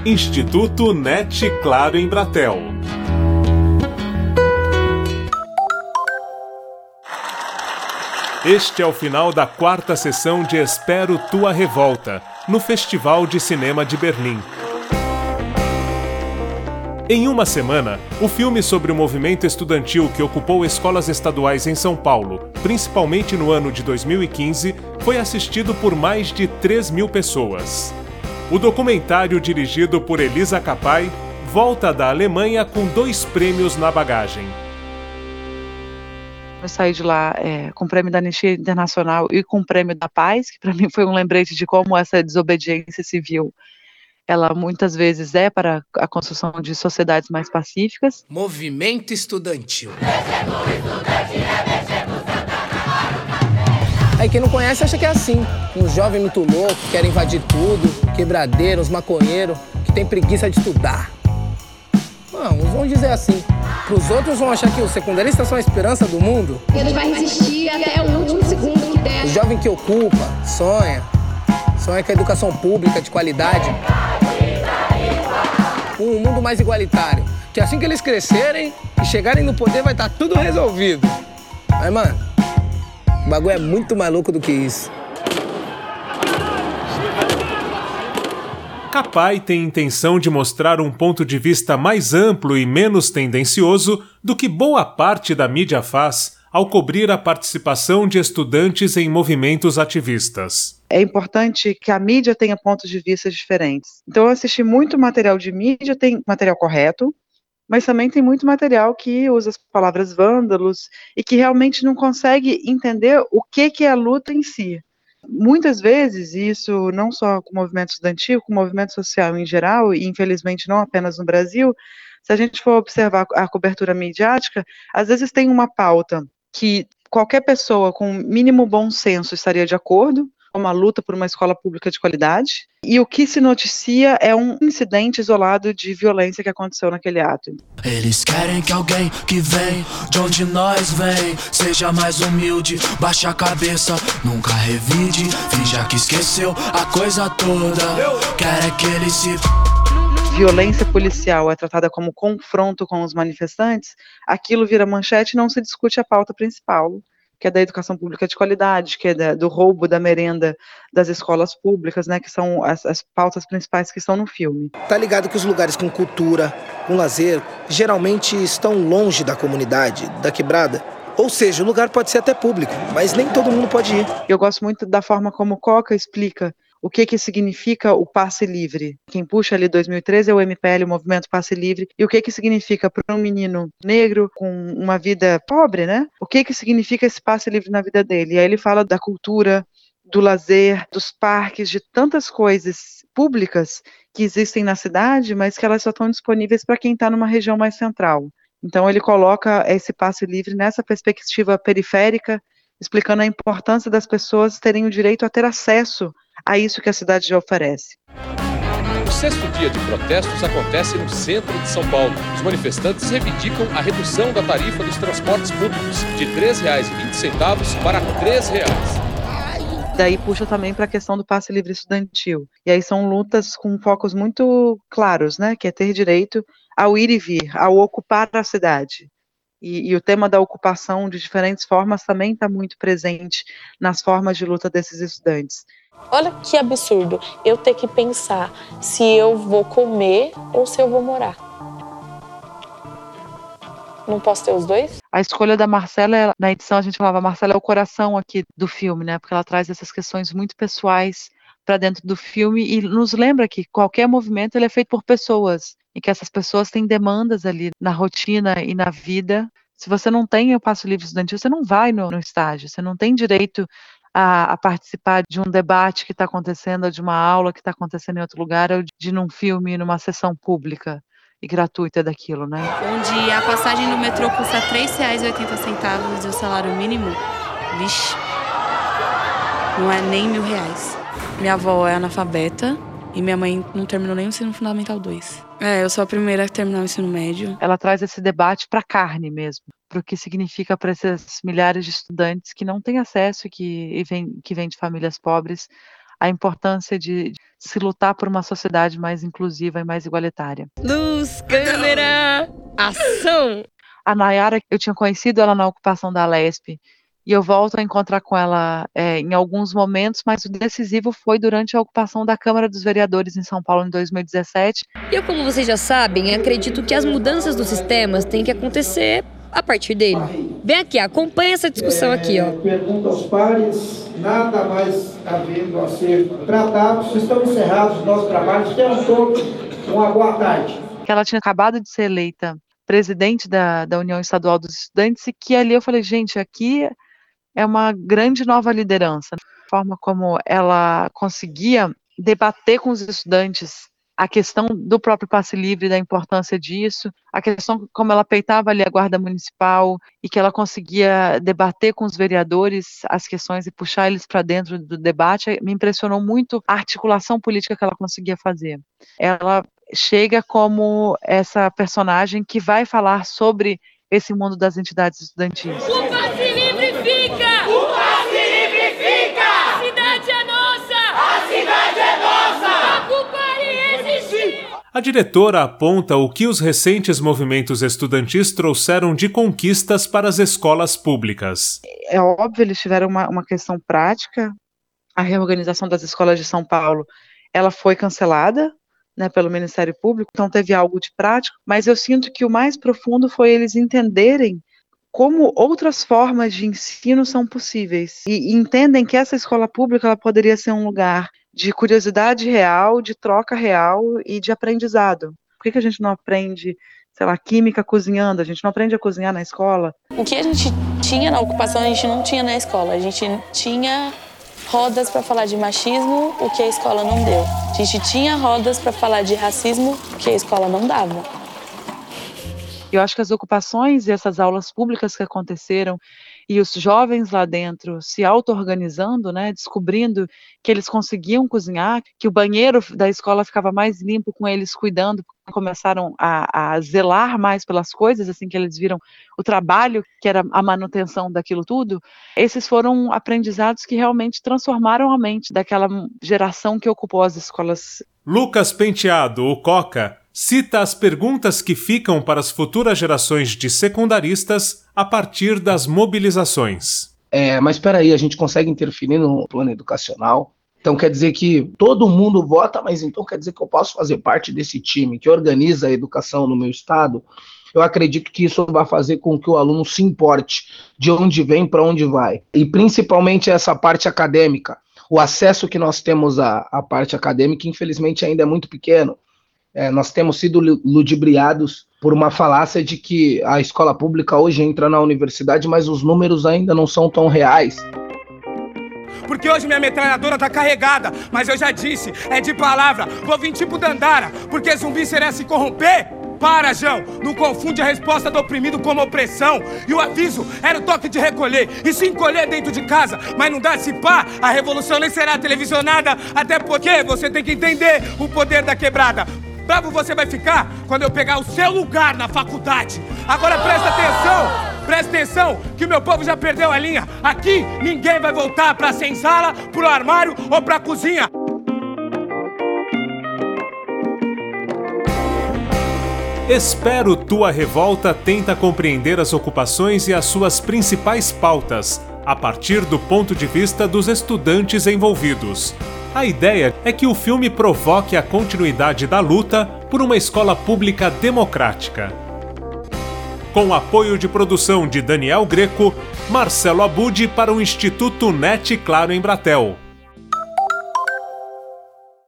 Instituto NET Claro Embratel. Este é o final da 4ª sessão de Espero Tua Revolta, no Festival de Cinema de Berlim. Em uma semana, o filme sobre o movimento estudantil que ocupou escolas estaduais em São Paulo, principalmente no ano de 2015, foi assistido por mais de 3.000 pessoas. O documentário, dirigido por Elisa Capa, volta da Alemanha com 2 prêmios na bagagem. Eu saí de lá com o prêmio da Anistia Internacional e com o prêmio da Paz, que para mim foi um lembrete de como essa desobediência civil, ela muitas vezes é para a construção de sociedades mais pacíficas. Movimento estudantil. Aí quem não conhece acha que é assim. Um jovem muito louco, que quer invadir tudo, quebradeiro, uns maconheiros, que tem preguiça de estudar. Uns vão dizer assim. Pros outros vão achar que os secundaristas são a esperança do mundo. Ele vai resistir até o último segundo que der. O jovem que ocupa, sonha com a educação pública de qualidade. Um mundo mais igualitário. Que assim que eles crescerem e chegarem no poder vai estar tudo resolvido. Mas, mano, o bagulho é muito mais louco do que isso. Capa tem intenção de mostrar um ponto de vista mais amplo e menos tendencioso do que boa parte da mídia faz ao cobrir a participação de estudantes em movimentos ativistas. É importante que a mídia tenha pontos de vista diferentes. Então eu assisti muito material de mídia, tem material correto, mas também tem muito material que usa as palavras vândalos e que realmente não consegue entender o que é a luta em si. Muitas vezes, isso não só com o movimento estudantil, com o movimento social em geral, e infelizmente não apenas no Brasil, se a gente for observar a cobertura midiática, às vezes tem uma pauta que qualquer pessoa com mínimo bom senso estaria de acordo, uma luta por uma escola pública de qualidade, e o que se noticia é um incidente isolado de violência que aconteceu naquele ato. Eles querem que alguém que vem de onde nós vem seja mais humilde, baixa a cabeça, nunca revide, finja que esqueceu a coisa toda, quer que ele se... Violência policial é tratada como confronto com os manifestantes, aquilo vira manchete e não se discute a pauta principal, que é da educação pública de qualidade, que é do roubo da merenda das escolas públicas, né, que são as pautas principais que estão no filme. Tá ligado que os lugares com cultura, com lazer, geralmente estão longe da comunidade, da quebrada? Ou seja, o lugar pode ser até público, mas nem todo mundo pode ir. Eu gosto muito da forma como Coca explica o que significa o passe livre. Quem puxa ali 2013 é o MPL, o Movimento Passe Livre, e o que significa para um menino negro com uma vida pobre, né? O que significa esse passe livre na vida dele? E aí ele fala da cultura, do lazer, dos parques, de tantas coisas públicas que existem na cidade, mas que elas só estão disponíveis para quem está numa região mais central. Então ele coloca esse passe livre nessa perspectiva periférica, explicando a importância das pessoas terem o direito a ter acesso a isso que a cidade já oferece. O 6º dia de protestos acontece no centro de São Paulo. Os manifestantes reivindicam a redução da tarifa dos transportes públicos de R$ 3,20 para R$ 3. Daí puxa também para a questão do passe livre estudantil. E aí são lutas com focos muito claros, né? Que é ter direito ao ir e vir, ao ocupar a cidade. E o tema da ocupação de diferentes formas também está muito presente nas formas de luta desses estudantes. Olha que absurdo eu ter que pensar se eu vou comer ou se eu vou morar. Não posso ter os dois? A escolha da Marcela, na edição a gente falava, a Marcela é o coração aqui do filme, né? Porque ela traz essas questões muito pessoais para dentro do filme e nos lembra que qualquer movimento ele é feito por pessoas e que essas pessoas têm demandas ali na rotina e na vida. Se você não tem o passe livre estudantil, você não vai no estágio, você não tem direito a participar de um debate que está acontecendo, ou de uma aula que está acontecendo em outro lugar, ou de num filme, numa sessão pública e gratuita daquilo, né? Onde a passagem no metrô custa R$ 3,80 e o salário mínimo, vixe, não é nem R$ 1.000. Minha avó é analfabeta e minha mãe não terminou nem o ensino fundamental 2. Eu sou a primeira a terminar o ensino médio. Ela traz esse debate para a carne mesmo, para o que significa para esses milhares de estudantes que não têm acesso, que vêm de famílias pobres, a importância de se lutar por uma sociedade mais inclusiva e mais igualitária. Luz, câmera, ação! A Nayara, eu tinha conhecido ela na ocupação da Lesp, e eu volto a encontrar com ela em alguns momentos, mas o decisivo foi durante a ocupação da Câmara dos Vereadores em São Paulo em 2017. E eu, como vocês já sabem, acredito que as mudanças dos sistemas têm que acontecer a partir dele. Vem aqui, acompanha essa discussão aqui, ó. Pergunta aos pares, nada mais havendo a ser tratado. Estão encerrados os nossos trabalhos. Tenham todos uma boa tarde. Ela tinha acabado de ser eleita presidente da União Estadual dos Estudantes, e que ali eu falei, gente, aqui é uma grande nova liderança. A forma como ela conseguia debater com os estudantes a questão do próprio passe livre, da importância disso, a questão como ela peitava ali a guarda municipal e que ela conseguia debater com os vereadores as questões e puxar eles para dentro do debate, me impressionou muito a articulação política que ela conseguia fazer. Ela chega como essa personagem que vai falar sobre esse mundo das entidades estudantis. O passe livre fica! O passe livre fica! A cidade é nossa! A cidade é nossa! Ocupar e existir! A diretora aponta o que os recentes movimentos estudantis trouxeram de conquistas para as escolas públicas. É óbvio, eles tiveram uma questão prática. A reorganização das escolas de São Paulo, ela foi cancelada, né, pelo Ministério Público, então teve algo de prático, mas eu sinto que o mais profundo foi eles entenderem como outras formas de ensino são possíveis, e entendem que essa escola pública ela poderia ser um lugar de curiosidade real, de troca real e de aprendizado. Por que a gente não aprende, sei lá, química cozinhando? A gente não aprende a cozinhar na escola? O que a gente tinha na ocupação, a gente não tinha na escola. A gente tinha rodas para falar de machismo, o que a escola não deu. A gente tinha rodas para falar de racismo, o que a escola não dava. Eu acho que as ocupações e essas aulas públicas que aconteceram e os jovens lá dentro se auto-organizando, né, descobrindo que eles conseguiam cozinhar, que o banheiro da escola ficava mais limpo com eles cuidando, começaram a zelar mais pelas coisas, assim que eles viram o trabalho que era a manutenção daquilo tudo. Esses foram aprendizados que realmente transformaram a mente daquela geração que ocupou as escolas. Lucas Penteado, o Coca, cita as perguntas que ficam para as futuras gerações de secundaristas a partir das mobilizações. Mas espera aí, a gente consegue interferir no plano educacional? Então quer dizer que todo mundo vota, mas então quer dizer que eu posso fazer parte desse time que organiza a educação no meu estado? Eu acredito que isso vai fazer com que o aluno se importe de onde vem para onde vai. E principalmente essa parte acadêmica. O acesso que nós temos à parte acadêmica, infelizmente, ainda é muito pequeno. Nós temos sido ludibriados por uma falácia de que a escola pública hoje entra na universidade, mas os números ainda não são tão reais. Porque hoje minha metralhadora tá carregada, mas eu já disse, é de palavra, vou vir tipo Dandara, porque zumbi será se corromper? Para, João, não confunde a resposta do oprimido como opressão. E o aviso era o toque de recolher e se encolher dentro de casa, mas não dá se pá, a revolução nem será televisionada, até porque você tem que entender o poder da quebrada. Bravo você vai ficar quando eu pegar o seu lugar na faculdade. Agora presta atenção, que o meu povo já perdeu a linha. Aqui ninguém vai voltar pra senzala, pro armário ou pra cozinha. Espero Tua Revolta tenta compreender as ocupações e as suas principais pautas, a partir do ponto de vista dos estudantes envolvidos. A ideia é que o filme provoque a continuidade da luta por uma escola pública democrática. Com apoio de produção de Daniel Greco, Marcelo Abud para o Instituto NET Claro Embratel.